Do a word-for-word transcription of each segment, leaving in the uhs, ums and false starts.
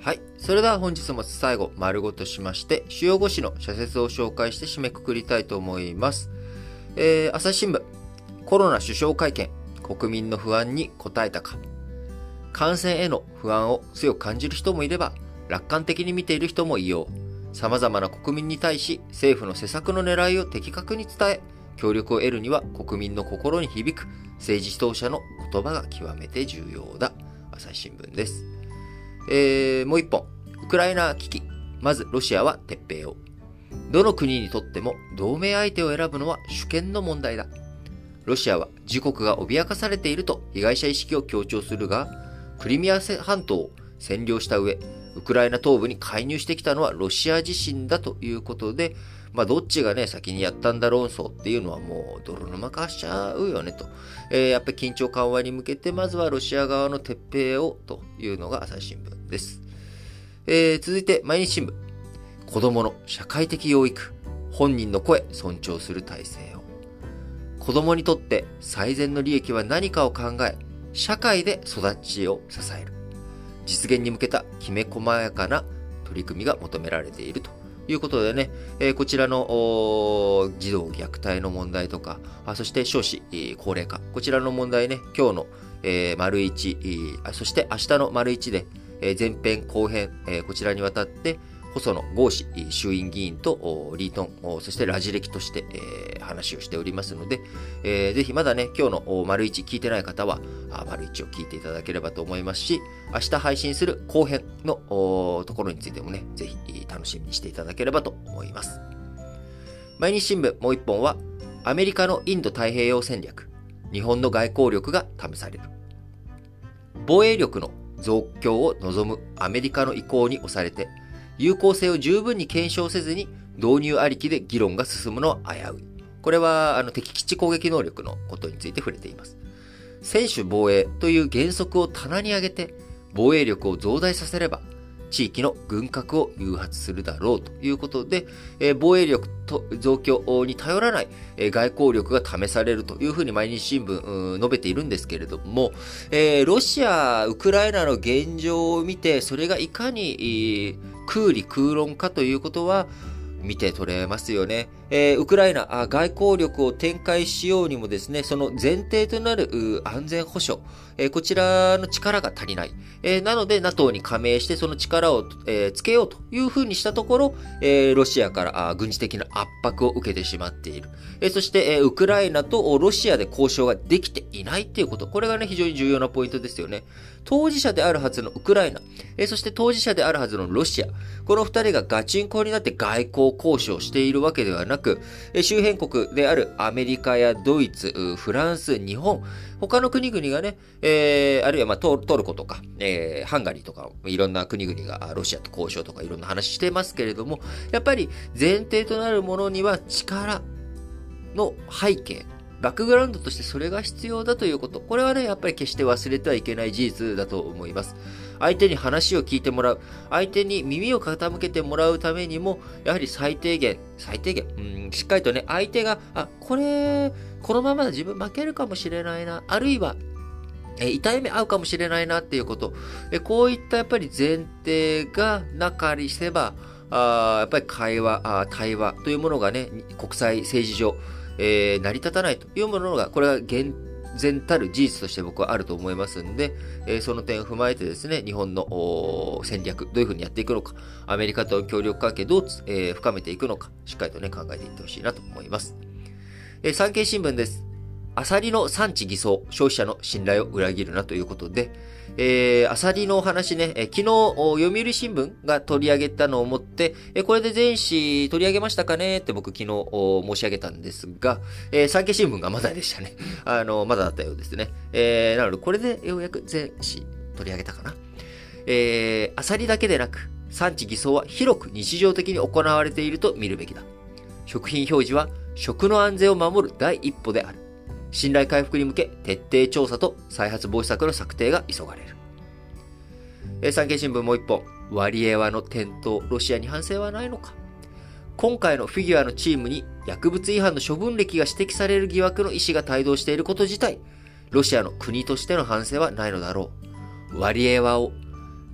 はい。それでは本日も最後、丸ごとしまして、主要ご紙の社説を紹介して締めくくりたいと思います。えー、朝日新聞、コロナ首相会見、国民の不安に応えたか。感染への不安を強く感じる人もいれば、楽観的に見ている人もいよう。様々な国民に対し、政府の施策の狙いを的確に伝え、協力を得るには国民の心に響く政治指導者の言葉が極めて重要だ。朝日新聞です。えー、もう一本。ウクライナ危機。まずロシアは撤兵を。どの国にとっても同盟相手を選ぶのは主権の問題だ。ロシアは自国が脅かされていると被害者意識を強調するが、クリミア半島を占領した上、ウクライナ東部に介入してきたのはロシア自身だということで、まあどっちがね、先にやったんだ論争っていうのはもう泥沼化しちゃうよねと。えー、やっぱり緊張緩和に向けて、まずはロシア側の撤兵をというのが朝日新聞です。えー、続いて毎日新聞。子供の社会的養育。本人の声、尊重する体制を。子供にとって最善の利益は何かを考え、社会で育ちを支える。実現に向けたきめ細やかな取り組みが求められているということでね、えー、こちらの児童虐待の問題とか、あそして少子高齢化、こちらの問題ね、今日の、えー、丸一、あそして明日の丸一で、えー、前編後編、えー、こちらにわたって細野豪志衆院議員とリートン、そしてラジ歴として、えー、話をしておりますので、えー、ぜひまだね、今日の丸一聞いてない方は、丸一を聞いていただければと思いますし、明日配信する後編のところについてもね、ぜひ楽しみにしていただければと思います。毎日新聞もう一本は、アメリカのインド太平洋戦略、日本の外交力が試される。防衛力の増強を望むアメリカの意向に押されて、有効性を十分に検証せずに導入ありきで議論が進むのは危うい。これはあの敵基地攻撃能力のことについて触れています。専守防衛という原則を棚に上げて防衛力を増大させれば地域の軍拡を誘発するだろうということで、えー、防衛力と増強に頼らない、えー、外交力が試されるというふうに毎日新聞述べているんですけれども、えー、ロシア、ウクライナの現状を見てそれがいかに、えー、空理空論かということは見て取れますよね。えー、ウクライナあ外交力を展開しようにもですね、その前提となる安全保障、えー、こちらの力が足りない。えー、なので NATO に加盟してその力を、えー、つけようというふうにしたところ、えー、ロシアからあ軍事的な圧迫を受けてしまっている。えー、そして、えー、ウクライナとロシアで交渉ができていないっていうこと。これがね、非常に重要なポイントですよね。当事者であるはずのウクライナ、えー、そして当事者であるはずのロシア。この二人がガチンコになって外交交渉しているわけではなく、周辺国であるアメリカやドイツ、フランス、日本、他の国々がね、えー、あるいはまあトルコとか、えー、ハンガリーとか、いろんな国々がロシアと交渉とかいろんな話してますけれども、やっぱり前提となるものには力の背景、バックグラウンドとしてそれが必要だということ。これはね、やっぱり決して忘れてはいけない事実だと思います。相手に話を聞いてもらう。相手に耳を傾けてもらうためにも、やはり最低限、最低限、うん、しっかりとね、相手が、あ、これ、このまま自分負けるかもしれないな。あるいは、え痛い目合うかもしれないなっていうこと。えこういったやっぱり前提がなかりせば、あやっぱり会話あ、対話というものがね、国際政治上、えー、成り立たないというものが、これは厳然たる事実として僕はあると思いますんで、えー、その点を踏まえてですね、日本の戦略、どういうふうにやっていくのか、アメリカとの協力関係どう、えー、深めていくのか、しっかりとね、考えていってほしいなと思います。えー、産経新聞です。アサリの産地偽装、消費者の信頼を裏切るなということで、えー、アサリのお話ね、えー、昨日、読売新聞が取り上げたのをもって、えー、これで全紙取り上げましたかねって僕昨日申し上げたんですが、えー、産経新聞がまだでしたね。あの、まだだったようですね。えー、なのでこれでようやく全紙取り上げたかな。えー、アサリだけでなく、産地偽装は広く日常的に行われていると見るべきだ。食品表示は食の安全を守る第一歩である。信頼回復に向け徹底調査と再発防止策の策定が急がれる。えー、産経新聞もう一本。ワリエワの転倒、ロシアに反省はないのか。今回のフィギュアのチームに薬物違反の処分歴が指摘される疑惑の医師が帯同していること自体、ロシアの国としての反省はないのだろう。ワリエワを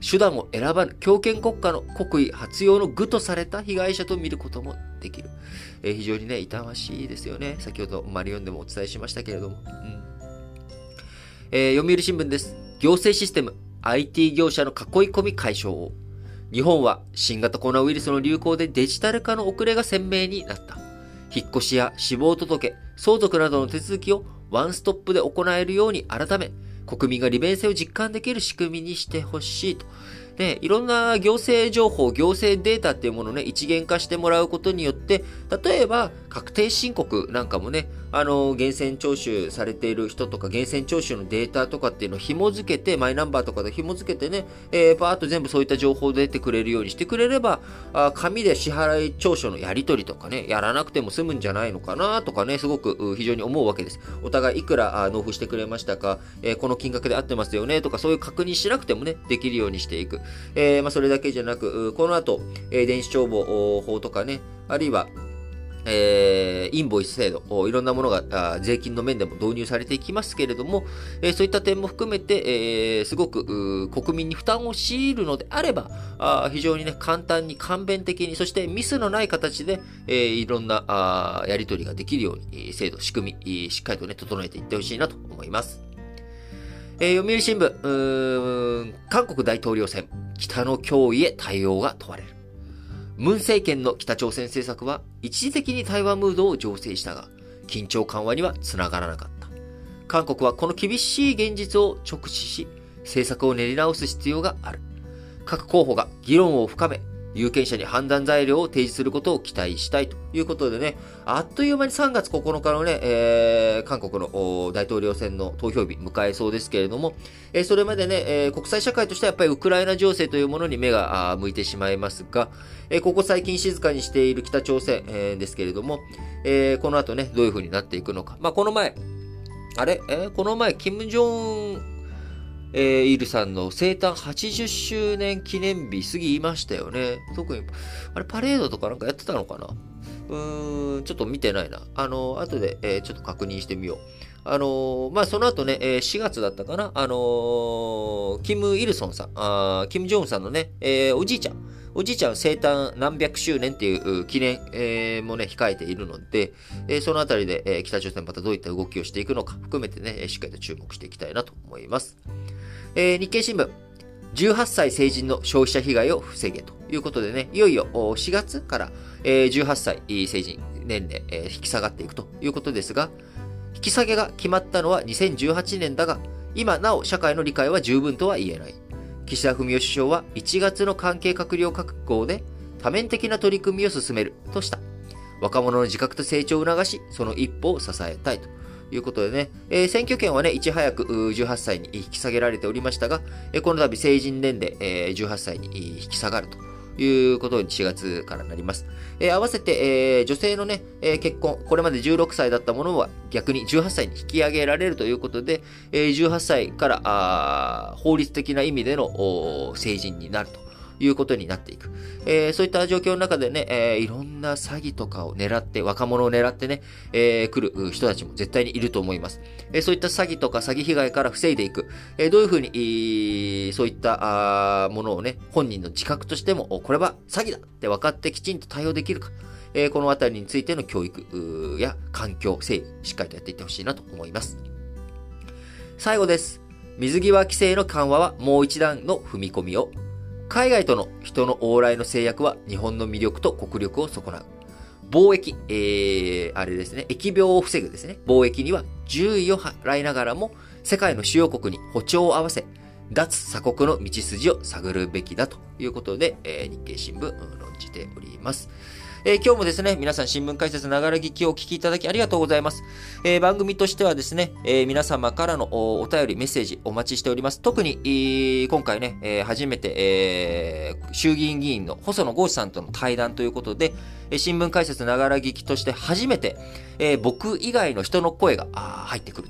手段を選ばぬ強権国家の国威発揚の具とされた被害者と見ることもできる。えー、非常にね、痛ましいですよね。先ほどマリオンでもお伝えしましたけれども。うんえー、読売新聞です。行政システム、アイティー 業者の囲い込み解消を。日本は新型コロナウイルスの流行でデジタル化の遅れが鮮明になった。引っ越しや死亡届、相続などの手続きをワンストップで行えるように改め、国民が利便性を実感できる仕組みにしてほしいと。ね、いろんな行政情報、行政データっていうものをね、一元化してもらうことによって、例えば、確定申告なんかもね、あの、源泉徴収されている人とか、源泉徴収のデータとかっていうのを紐付けて、マイナンバーとかで紐付けてね、えー、パーッと全部そういった情報出てくれるようにしてくれれば、あ紙で支払い調書のやり取りとかね、やらなくても済むんじゃないのかなとかね、すごく非常に思うわけです。お互いいくら納付してくれましたか、えー、この金額で合ってますよねとか、そういう確認しなくてもね、できるようにしていく。えー、まあ、それだけじゃなく、この後、えー、電子帳簿法とかね、あるいは、えー、インボイス制度、いろんなものが税金の面でも導入されていきますけれども、えー、そういった点も含めて、えー、すごく国民に負担を強いるのであれば、あ非常にね、簡単に簡便的に、そしてミスのない形で、えー、いろんなあやり取りができるように、制度、仕組み、しっかりとね、整えていってほしいなと思います。えー、読売新聞、うーん、韓国大統領選、北の脅威へ対応が問われる。文政権の北朝鮮政策は一時的に対話ムードを醸成したが、緊張緩和にはつながらなかった。韓国はこの厳しい現実を直視し、政策を練り直す必要がある。各候補が議論を深め、有権者に判断材料を提示することを期待したいということでね、あっという間にさんがつここのかのね、えー、韓国の大統領選の投票日迎えそうですけれども、えー、それまでね、えー、国際社会としてはやっぱりウクライナ情勢というものに目が向いてしまいますが、えー、ここ最近静かにしている北朝鮮、えー、ですけれども、えー、この後ね、どういう風になっていくのか。まあ、この前、あれ、えー、この前、キム・ジョン、えー、イルさんの生誕はちじゅっしゅうねん記念日過ぎましたよね。特に、あれパレードとかなんかやってたのかなうーん、ちょっと見てないな。あの、後で、えー、ちょっと確認してみよう。あのー、まあ、その後ね、えー、しがつだったかなあのー、キム・イルソンさん、あキム・ジョンさんのね、えー、おじいちゃん。おじいちゃん生誕何百周年っていう記念、えー、もね、控えているので、えー、そのあたりで、えー、北朝鮮またどういった動きをしていくのか含めてね、しっかりと注目していきたいなと思います。えー、日経新聞、じゅうはっさい成人の消費者被害を防げということでね、いよいよしがつから、えー、じゅうはっさい成人年齢、えー、引き下がっていくということですが、引き下げが決まったのはにせんじゅうはちねんだが、今なお社会の理解は十分とは言えない。岸田文雄首相はいちがつの関係閣僚会合で多面的な取り組みを進めるとした。若者の自覚と成長を促し、その一歩を支えたいと。ということでね、えー、選挙権はね、いち早くじゅうはっさいに引き下げられておりましたが、えー、この度成人年齢、えー、じゅうはっさいに引き下がるということにしがつからなります。えー、合わせて、えー、女性のね、えー、結婚、これまでじゅうろくさいだったものは逆にじゅうはっさいに引き上げられるということで、えー、じゅうはっさいからあ法律的な意味での成人になるということになっていく。えー、そういった状況の中でね、えー、いろんな詐欺とかを狙って、若者を狙ってね、えー、来る人たちも絶対にいると思います。えー、そういった詐欺とか詐欺被害から防いでいく。えー、どういうふうに、えー、そういったあものをね、本人の自覚としても、これは詐欺だって分かってきちんと対応できるか。えー、このあたりについての教育や環境、整備、しっかりとやっていってほしいなと思います。最後です。水際規制の緩和はもう一段の踏み込みを。海外との人の往来の制約は日本の魅力と国力を損なう。貿易、えー、あれですね、疫病を防ぐですね。貿易には注意を払いながらも、世界の主要国に歩調を合わせ、脱鎖国の道筋を探るべきだということで、えー、日経新聞、論じております。えー、今日もですね、皆さん新聞解説ながら聞きをお聞きいただきありがとうございます。えー、番組としてはですね、えー、皆様からの お, お便り、メッセージお待ちしております。特に、えー、今回ね、えー、初めて、えー、衆議院議員の細野豪志さんとの対談ということで、えー、新聞解説ながら聞きとして初めて、えー、僕以外の人の声が入ってくると。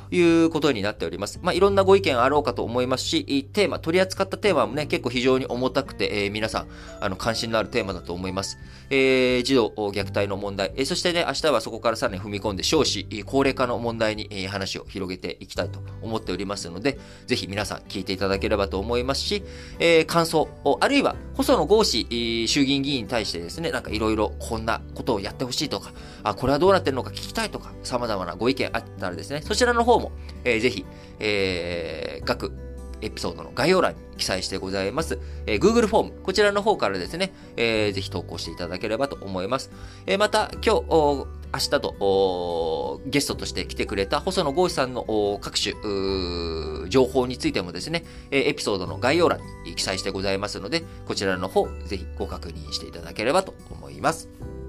いうことになっております。まあ、いろんなご意見あろうかと思いますし、テーマ、取り扱ったテーマもね、結構非常に重たくて、えー、皆さん、あの、関心のあるテーマだと思います。えー、児童虐待の問題、えー、そしてね、明日はそこからさらに踏み込んで、少子、高齢化の問題に、えー、話を広げていきたいと思っておりますので、ぜひ皆さん聞いていただければと思いますし、えー、感想、あるいは、細野豪志、えー、衆議院議員に対してですね、なんかいろいろこんなことをやってほしいとか、あ、これはどうなってるのか聞きたいとか、様々なご意見あったらですね、そちらの方も、えー、ぜひ、えー、各エピソードの概要欄に記載してございます、えー、Google フォーム、こちらの方からですね、えー、ぜひ投稿していただければと思います。えー、また、今日、明日とゲストとして来てくれた細野豪志さんの各種情報についてもですね、エピソードの概要欄に記載してございますので、こちらの方、ぜひご確認していただければと思います。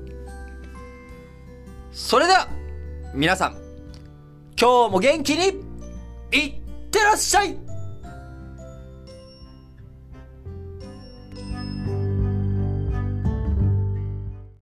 それでは、皆さん、今日も元気にいってらっしゃい。